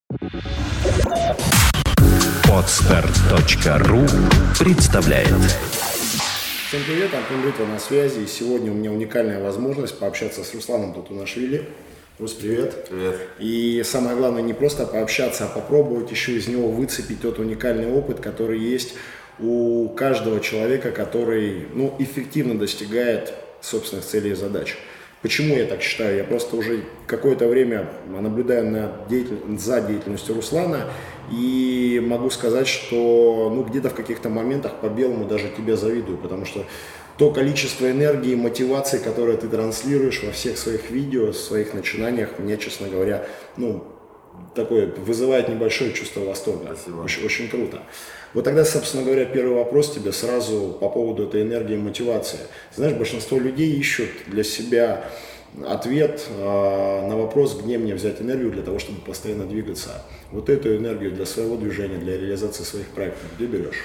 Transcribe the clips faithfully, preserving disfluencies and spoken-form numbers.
Подстер точка ру представляет. Всем привет, Антон Бритва на связи. И сегодня у меня уникальная возможность пообщаться с Русланом Татунашвили. Рус, привет. Привет. И самое главное, не просто пообщаться, а попробовать еще из него выцепить тот уникальный опыт, который есть у каждого человека, который ну, эффективно достигает собственных целей и задач. Почему я так считаю? Я просто уже какое-то время наблюдаю на деятель... за деятельностью Руслана и могу сказать, что ну, где-то в каких-то моментах по-белому даже тебе завидую, потому что то количество энергии и мотивации, которое ты транслируешь во всех своих видео, в своих начинаниях, мне, честно говоря, ну, такое вызывает небольшое чувство восторга. Очень, очень круто. Вот тогда, собственно говоря, первый вопрос тебе сразу по поводу этой энергии и мотивации. Знаешь, большинство людей ищут для себя ответ э, на вопрос, где мне взять энергию для того, чтобы постоянно двигаться. Вот эту энергию для своего движения, для реализации своих проектов, где берешь?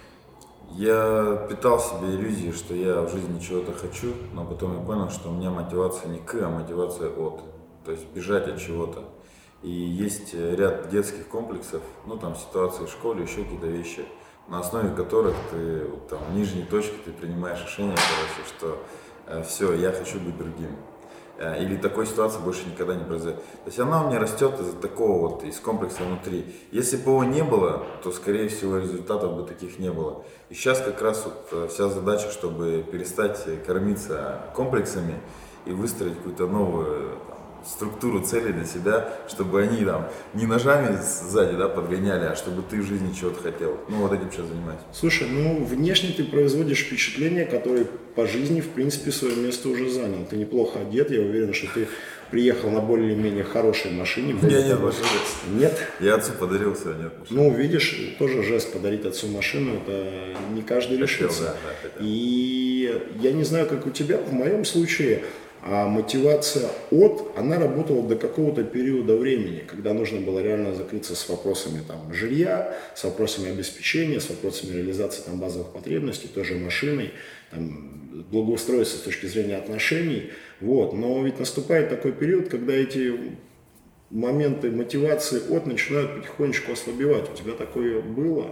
Я питал себе иллюзии, что я в жизни чего-то хочу, но потом я понял, что у меня мотивация не к, а мотивация от. То есть бежать от чего-то. И есть ряд детских комплексов, ну там ситуации в школе, еще какие-то вещи, на основе которых ты вот, там в нижней точке ты принимаешь решение, короче, что э, все, я хочу быть другим. Э, или такой ситуации больше никогда не произойдет. То есть она у меня растет из-за такого вот, из комплекса внутри. Если бы его не было, то скорее всего результатов бы таких не было. И сейчас как раз вот э, вся задача, чтобы перестать кормиться комплексами и выстроить какую-то новую структуру целей для себя, чтобы они там не ножами сзади, да, подгоняли, а чтобы ты в жизни чего-то хотел. Ну, вот этим сейчас занимаюсь. Слушай, ну, внешне ты производишь впечатление, которое по жизни, в принципе, свое место уже занял. Ты неплохо одет, я уверен, что ты приехал на более-менее хорошей машине. У меня нет машины. Нет? Я отцу подарил, все, нет машины. Ну, видишь, тоже жест подарить отцу машину, это не каждый решится. Хотел, да, да, хотел. И я не знаю, как у тебя, в моем случае, а мотивация от, она работала до какого-то периода времени, когда нужно было реально закрыться с вопросами там, жилья, с вопросами обеспечения, с вопросами реализации там, базовых потребностей, той же машиной, там, благоустроиться с точки зрения отношений. Вот. Но ведь наступает такой период, когда эти моменты мотивации от начинают потихонечку ослабевать. У тебя такое было?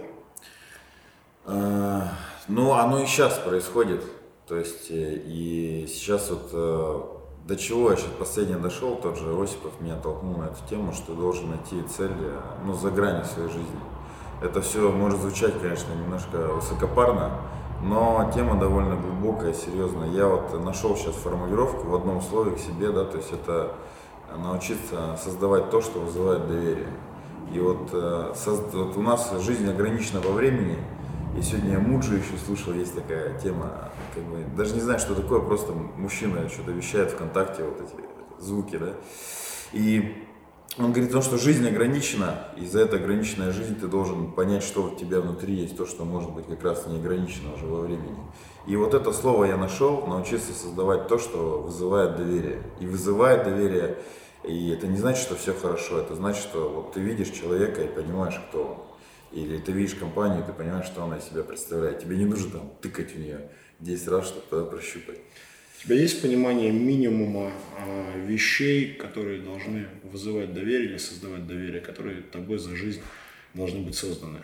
А, ну, оно и сейчас происходит. То есть и сейчас вот до чего я сейчас последний дошел, тот же Осипов меня толкнул на эту тему, что должен найти цель, ну, за гранью своей жизни. Это все может звучать, конечно, немножко высокопарно, но тема довольно глубокая, серьезная. Я вот нашел сейчас формулировку в одном слове к себе, да, то есть это научиться создавать то, что вызывает доверие. И вот, вот у нас жизнь ограничена по времени. И сегодня я Муджи еще слушал, есть такая тема, как бы, даже не знаю, что такое, просто мужчина что-то вещает ВКонтакте, вот эти звуки, да. И он говорит о том, что жизнь ограничена, и за этой ограниченной жизнь ты должен понять, что у тебя внутри есть, то, что может быть как раз не ограничено уже во времени. И вот это слово я нашел, научиться создавать то, что вызывает доверие. И вызывает доверие, и это не значит, что все хорошо, это значит, что вот ты видишь человека и понимаешь, кто он. Или ты видишь компанию, ты понимаешь, что она из себя представляет. Тебе не нужно там тыкать в нее десять раз, чтобы тогда прощупать. У тебя есть понимание минимума а, вещей, которые должны вызывать доверие или создавать доверие, которые тобой за жизнь должны быть созданы?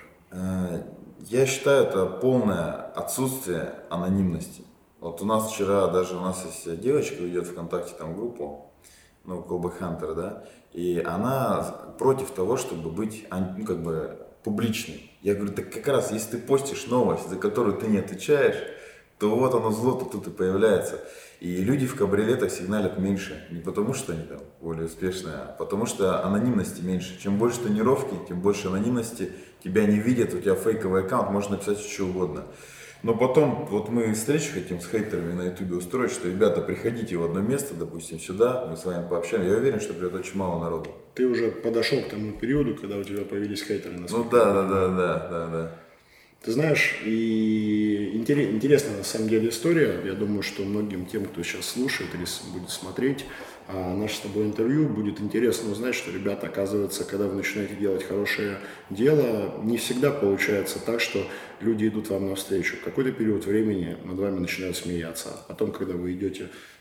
Я считаю, это полное отсутствие анонимности. Вот у нас вчера, даже у нас есть девочка, ведет ВКонтакте там группу, ну, Колбы Хантер, да, и она против того, чтобы быть, ну, как бы, публичный. Я говорю, так как раз, если ты постишь новость, за которую ты не отвечаешь, то вот оно зло-то тут и появляется. И люди в кабриолетах сигналят меньше. Не потому, что они там более успешные, а потому что анонимности меньше. Чем больше тренировки, тем больше анонимности. Тебя не видят, у тебя фейковый аккаунт, можно написать что угодно. Но потом, вот мы встречу хотим с хейтерами на ютубе устроить, что, ребята, приходите в одно место, допустим, сюда, мы с вами пообщаемся. Я уверен, что придет очень мало народу. Ты уже подошел к тому периоду, когда у тебя появились хейтеры на Ну да, да, да, да, да, да. Ты знаешь, и интересная на самом деле история. Я думаю, что многим тем, кто сейчас слушает или будет смотреть а, наше с тобой интервью, будет интересно узнать, что, ребята, оказывается, когда вы начинаете делать хорошее дело, не всегда получается так, что люди идут вам навстречу. В какой-то период времени над вами начинают смеяться. Потом, когда вы идете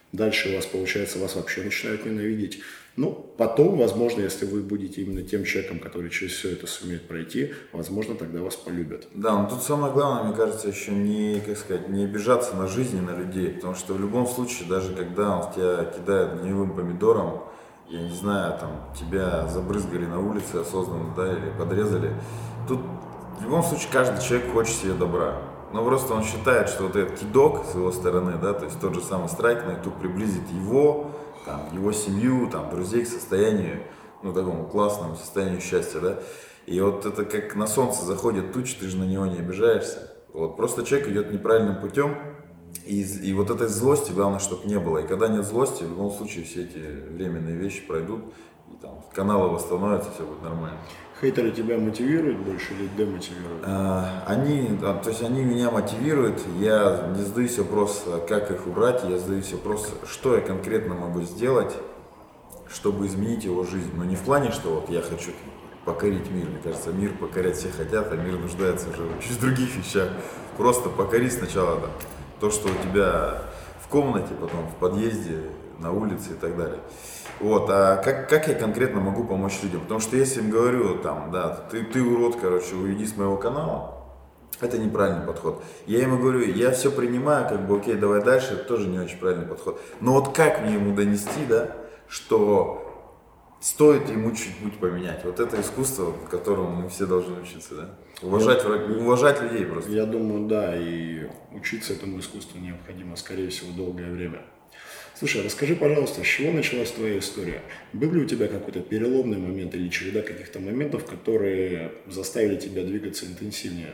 Дальше у вас, получается, вас вообще начинают ненавидеть. Ну, потом, возможно, если вы будете именно тем человеком, который через все это сумеет пройти, возможно, тогда вас полюбят. Да, но тут самое главное, мне кажется, еще не, как сказать, не обижаться на жизнь и на людей, потому что в любом случае, даже когда он в тебя кидает гнилым помидором, я не знаю, там, тебя забрызгали на улице осознанно, да, или подрезали, тут в любом случае каждый человек хочет себе добра. Но просто он считает, что вот этот кидок с его стороны, да, то есть тот же самый страйк на YouTube приблизит его, там, его семью, там, друзей к состоянию, ну, такому классному состоянию счастья, да. И вот это как на солнце заходит тучи, ты же на него не обижаешься. Вот просто человек идет неправильным путем, и, и вот этой злости главное, чтобы не было. И когда нет злости, в любом случае все эти временные вещи пройдут, и там каналы восстановятся, все будет нормально. Хейтеры тебя мотивируют больше или демотивируют? А, они, то есть они меня мотивируют, я не задаюсь вопрос, как их убрать, я задаюсь вопрос, что я конкретно могу сделать, чтобы изменить его жизнь. Но не в плане, что вот я хочу покорить мир, мне кажется, мир покорять все хотят, а мир нуждается уже в чуть других вещах. Просто покори сначала там, то, что у тебя в комнате, потом в подъезде, на улице и так далее. Вот, а как, как я конкретно могу помочь людям? Потому что если им говорю, там, да, ты, ты урод, короче, уйди с моего канала, это неправильный подход. Я ему говорю, я все принимаю, как бы, окей, давай дальше, это тоже не очень правильный подход. Но вот как мне ему донести, да, что стоит ему чуть путь поменять? Вот это искусство, которому мы все должны учиться, да? Уважать, я, уважать людей просто. Я думаю, да, и учиться этому искусству необходимо, скорее всего, долгое время. Слушай, расскажи, пожалуйста, с чего началась твоя история? Был ли у тебя какой-то переломный момент или череда каких-то моментов, которые заставили тебя двигаться интенсивнее?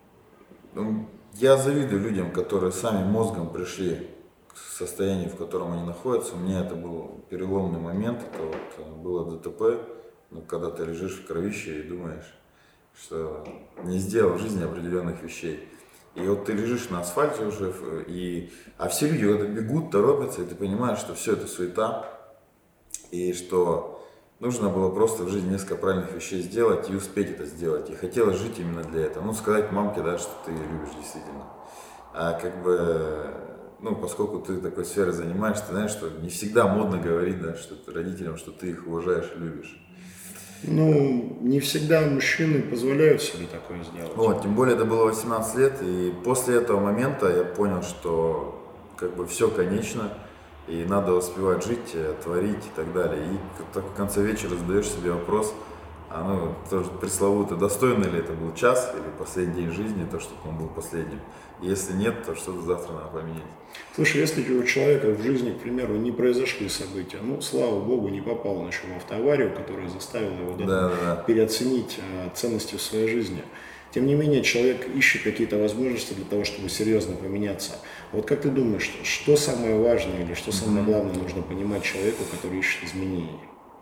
Я завидую людям, которые сами мозгом пришли к состоянию, в котором они находятся. У меня это был переломный момент, это вот было ДТП, ну, когда ты лежишь в кровище и думаешь, что не сделал в жизни определенных вещей. И вот ты лежишь на асфальте уже, и, а все люди вот бегут, торопятся, и ты понимаешь, что все это суета, и что нужно было просто в жизни несколько правильных вещей сделать и успеть это сделать. И хотелось жить именно для этого. Ну, сказать мамке, да, что ты любишь действительно. А как бы, ну, поскольку ты такой сферой занимаешься, ты знаешь, что не всегда модно говорить, да, что родителям, что ты их уважаешь и любишь. Ну, не всегда мужчины позволяют себе такое сделать. Вот, тем более это было восемнадцать лет, и после этого момента я понял, что как бы все конечно, и надо успевать жить, творить и так далее. И так в конце вечера задаешь себе вопрос, а ну, тоже пресловутый, достойно ли это был час или последний день жизни, то, чтобы он был последним. И если нет, то что-то завтра надо поменять. Слушай, если у человека в жизни, к примеру, не произошли события, ну, слава богу, не попал он еще в автоаварию, которая заставила его да, да, да. переоценить а, ценности в своей жизни. Тем не менее, человек ищет какие-то возможности для того, чтобы серьезно поменяться. Вот как ты думаешь, что самое важное или что самое главное нужно понимать человеку, который ищет изменений?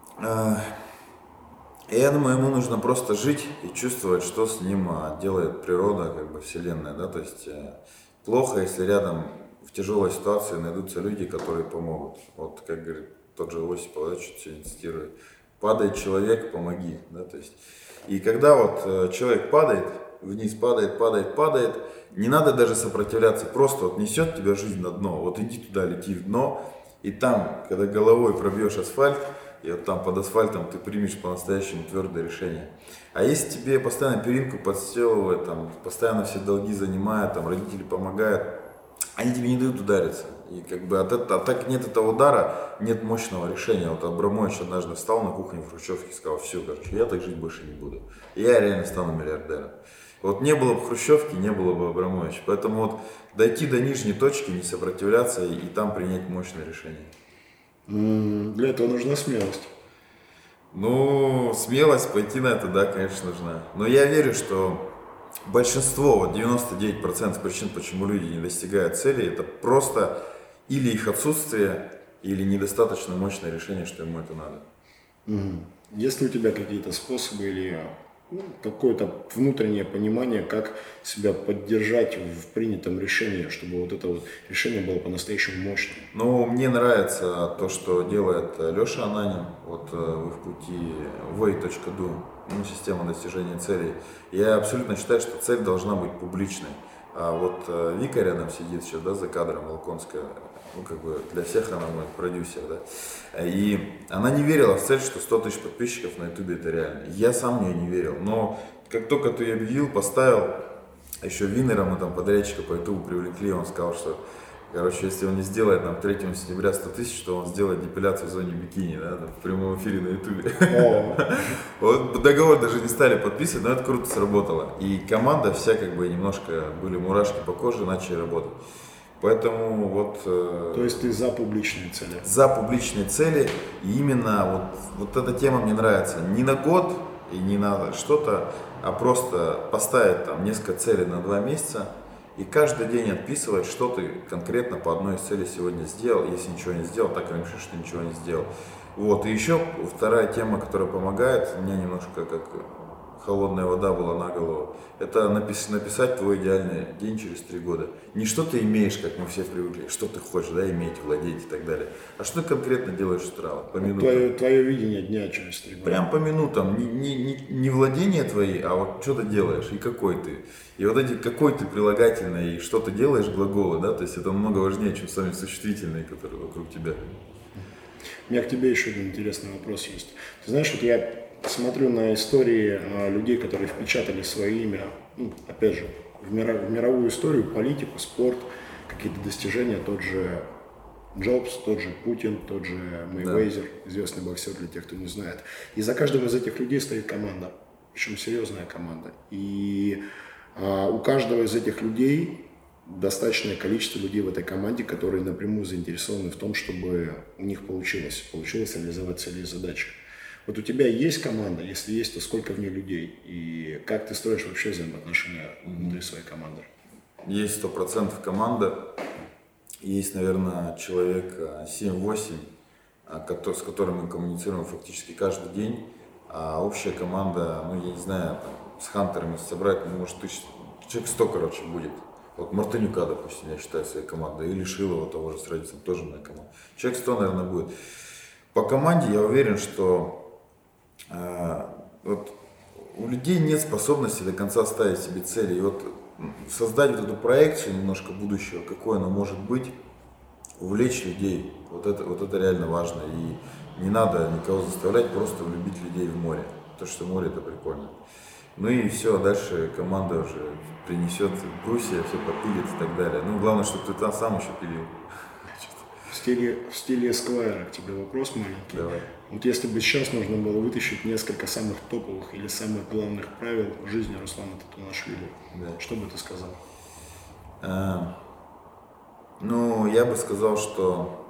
Я думаю, ему нужно просто жить и чувствовать, что с ним делает природа, как бы вселенная, да, то есть плохо, если рядом в тяжелой ситуации найдутся люди, которые помогут. Вот как говорит тот же Осипов, да, что-то сегодня цитирую, падает человек, помоги, да, то есть. И когда вот человек падает, вниз падает, падает, падает, не надо даже сопротивляться, просто вот несет тебя жизнь на дно, вот иди туда, лети в дно, и там, когда головой пробьешь асфальт, и вот там под асфальтом ты примешь по-настоящему твердое решение. А если тебе постоянно перинку подстелывают, там, постоянно все долги занимают, там, родители помогают, они тебе не дают удариться. И как бы от этого, а так нет этого удара, нет мощного решения. Вот Абрамович однажды встал на кухне в Хрущевке и сказал, все, короче, я так жить больше не буду. И я реально стану миллиардером. Вот не было бы Хрущевки, не было бы Абрамовича. Поэтому вот дойти до нижней точки, не сопротивляться и, и там принять мощное решение. Для этого нужна смелость. Ну, смелость пойти на это, да, конечно, нужна. Но я верю, что большинство, вот девяносто девять процентов причин, почему люди не достигают цели, это просто или их отсутствие, или недостаточно мощное решение, что ему это надо. Угу. Есть ли у тебя какие-то способы или ну, какое-то внутреннее понимание, как себя поддержать в принятом решении, чтобы вот это вот решение было по-настоящему мощным? Ну, мне нравится то, что делает Леша Ананин, вот в их пути way точка ду, ну, система достижения целей. Я абсолютно считаю, что цель должна быть публичной. А вот э, Вика рядом сидит сейчас, да, за кадром, Волконская, ну, как бы для всех она мой продюсер, да. И она не верила в цель, что сто тысяч подписчиков на ютубе это реально. Я сам в нее не верил, но как только ты ее объявил, поставил, еще Виннера мы там подрядчика по ютубу привлекли, он сказал, что, короче, если он не сделает нам третьего сентября сто тысяч, то он сделает депиляцию в зоне бикини, да, там, в прямом эфире на ютубе. Вот договор даже не стали подписывать, но это круто сработало. И команда вся как бы немножко были мурашки по коже, начали работать. Поэтому вот... То есть ты за публичные цели? За публичные цели. И именно вот, вот эта тема мне нравится. Не на год и не на что-то, а просто поставить там несколько целей на два месяца и каждый день отписывать, что ты конкретно по одной из целей сегодня сделал. Если ничего не сделал, так и напиши, что ничего не сделал. Вот. И еще вторая тема, которая помогает, у меня немножко как холодная вода была на голову, это напис, написать твой идеальный день через три года. Не что ты имеешь, как мы все привыкли, что ты хочешь, да, иметь, владеть и так далее, а что ты конкретно делаешь с утра, по минутам. Твое, твое видение дня через три года. Прям по минутам, не, не, не, не владения твои, а вот что ты делаешь и какой ты. И вот эти какой ты прилагательный и что ты делаешь глаголы, да, то есть это намного важнее, чем сами существительные, которые вокруг тебя. У меня к тебе еще один интересный вопрос есть. Ты знаешь, вот я смотрю на истории а, людей, которые впечатали свое имя, ну, опять же, в, мира, в мировую историю, политику, спорт, какие-то достижения, тот же Джобс, тот же Путин, тот же Мейвезер, да. Известный боксер для тех, кто не знает. И за каждым из этих людей стоит команда, причем серьезная команда. И а, у каждого из этих людей достаточное количество людей в этой команде, которые напрямую заинтересованы в том, чтобы у них получилось, получилось реализовать цели и задачи. Вот у тебя есть команда? Если есть, то сколько в ней людей? И как ты строишь вообще взаимоотношения внутри своей команды? Есть сто процентов команда. Есть, наверное, человек семь-восемь, с которыми мы коммуницируем фактически каждый день. А общая команда, ну я не знаю, там, с хантерами собрать, ну, может, тысяч, человек сто, короче, будет. Вот Мартынюка, допустим, я считаю своей командой, или Шилова того же с Радицем, тоже моя команда. Человек сто, наверное, будет. По команде я уверен, что э, вот у людей нет способности до конца ставить себе цели. И вот создать вот эту проекцию немножко будущего, какое оно может быть, увлечь людей, вот это, вот это реально важно. И не надо никого заставлять, просто влюбить людей в море. То, что море это прикольно. Ну и все, дальше команда уже принесет брусья, все попилит и так далее. Ну, главное, чтобы ты там сам еще пилил. В стиле, в стиле Эсквайра к тебе вопрос маленький. Давай. Вот если бы сейчас нужно было вытащить несколько самых топовых или самых главных правил жизни Руслана Татунашвили, да. Что бы ты сказал? А, ну, я бы сказал, что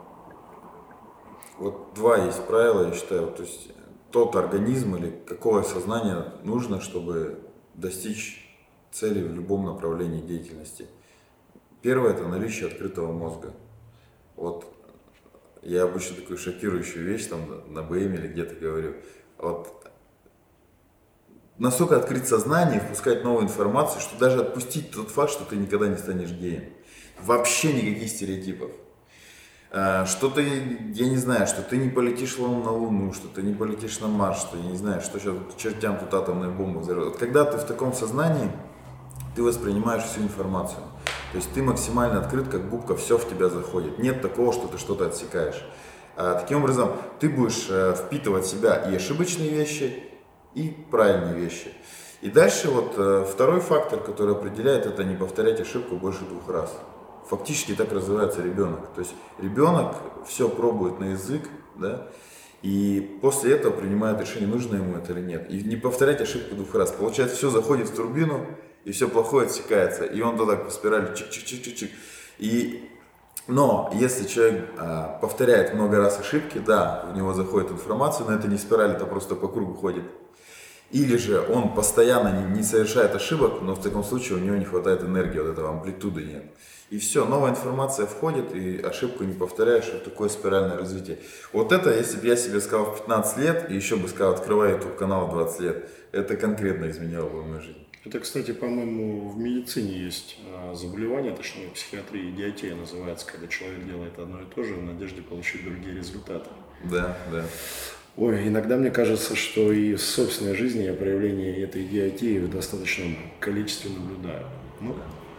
вот два есть правила, я считаю, то есть тот организм или какое сознание нужно, чтобы достичь цели в любом направлении деятельности. Первое – это наличие открытого мозга. Вот я обычно такую шокирующую вещь там на БМ или где-то говорю. Вот настолько открыть сознание, впускать новую информацию, что даже отпустить тот факт, что ты никогда не станешь геем. Вообще никаких стереотипов. Что ты, я не знаю, что ты не полетишь на Луну, что ты не полетишь на Марс, что я не знаю, что сейчас чертям тут атомная бомба взорвет. Когда ты в таком сознании, ты воспринимаешь всю информацию. То есть ты максимально открыт, как губка, все в тебя заходит. Нет такого, что ты что-то отсекаешь. А, таким образом, ты будешь а, впитывать в себя и ошибочные вещи, и правильные вещи. И дальше вот а, второй фактор, который определяет, это не повторять ошибку больше двух раз. Фактически так развивается ребенок. То есть ребенок все пробует на язык, да, и после этого принимает решение, нужно ему это или нет. И не повторять ошибку двух раз. Получается, все заходит в турбину, и все плохое отсекается. И он туда по спирали чик-чик-чик-чик-чик. И... Но если человек а, повторяет много раз ошибки, да, в него заходит информация, но это не спираль, это просто по кругу ходит. Или же он постоянно не, не совершает ошибок, но в таком случае у него не хватает энергии, вот этого амплитуды нет. И все, новая информация входит, и ошибку не повторяешь, и такое спиральное развитие. Вот это, если бы я себе сказал в пятнадцать лет, и еще бы сказал, открывай YouTube канал в двадцать лет, это конкретно изменяло бы мою жизнь. Это, кстати, по-моему, в медицине есть заболевание, точнее, в психиатрии идиотия называется, когда человек делает одно и то же в надежде получить другие результаты. Да, да. Ой, иногда мне кажется, что и в собственной жизни я проявление этой идиотии в достаточном количестве наблюдаю. Ну,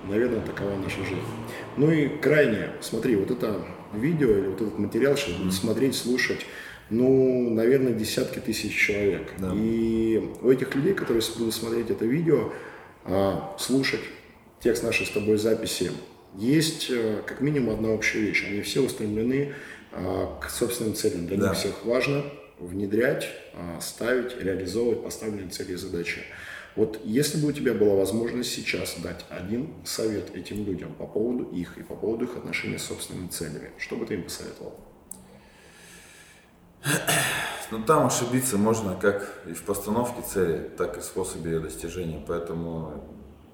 наверное, такова наша жизнь. Ну и крайне, смотри, вот это видео или вот этот материал сейчас будут смотреть, слушать, ну, наверное, десятки тысяч человек. Да. И у этих людей, которые будут смотреть это видео, слушать текст нашей с тобой записи, есть как минимум одна общая вещь. Они все устремлены к собственным целям. Для да. них всех важно внедрять, ставить, реализовывать поставленные цели и задачи. Вот если бы у тебя была возможность сейчас дать один совет этим людям по поводу их и по поводу их отношений с собственными целями, что бы ты им посоветовал? Ну, там ошибиться можно как и в постановке цели, так и в способе ее достижения. Поэтому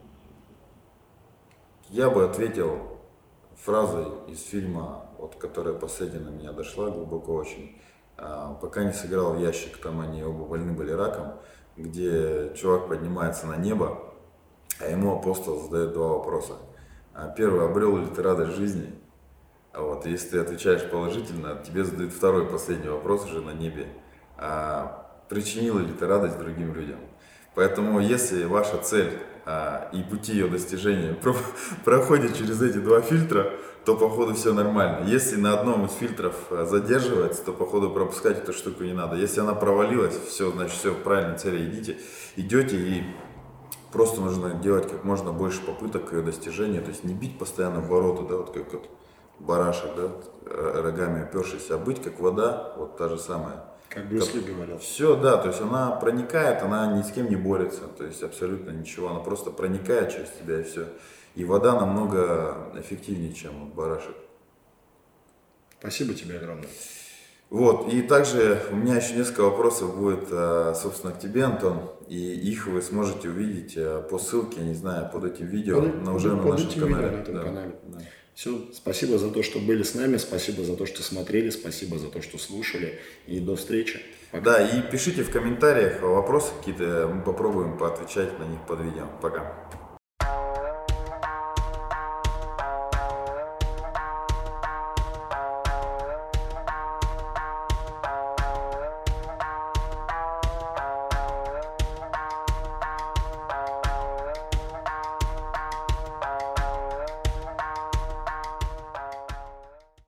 я бы ответил фразой из фильма, вот, которая последняя на меня дошла глубоко очень. Пока не сыграл в ящик, там они оба больны были раком, где чувак поднимается на небо, а ему апостол задает два вопроса. Первый: обрел ли ты радость жизни? Вот, если ты отвечаешь положительно, тебе задают второй, последний вопрос уже на небе. А, причинила ли ты радость другим людям? Поэтому, если ваша цель а, и пути ее достижения про- проходят через эти два фильтра, то, походу, все нормально. Если на одном из фильтров задерживается, то, походу, пропускать эту штуку не надо. Если она провалилась, все, значит, все, в правильной цели идите, идете, и просто нужно делать как можно больше попыток к ее достижению, то есть не бить постоянно в ворота, да, вот как вот барашек, да, рогами опершись, а быть как вода, вот та же самая. Как Брюс Ли говорил. Все, да, то есть она проникает, она ни с кем не борется, то есть абсолютно ничего, она просто проникает через тебя и все. И вода намного эффективнее, чем барашек. Спасибо тебе огромное. Вот, и также у меня еще несколько вопросов будет, собственно, к тебе, Антон, и их вы сможете увидеть по ссылке, не знаю, под этим видео, под, но уже под, на нашем канале. На этом да. канале. Да. Все, спасибо за то, что были с нами, спасибо за то, что смотрели, спасибо за то, что слушали, и до встречи. Пока. Да, и пишите в комментариях вопросы какие-то, мы попробуем поотвечать на них под видео. Пока.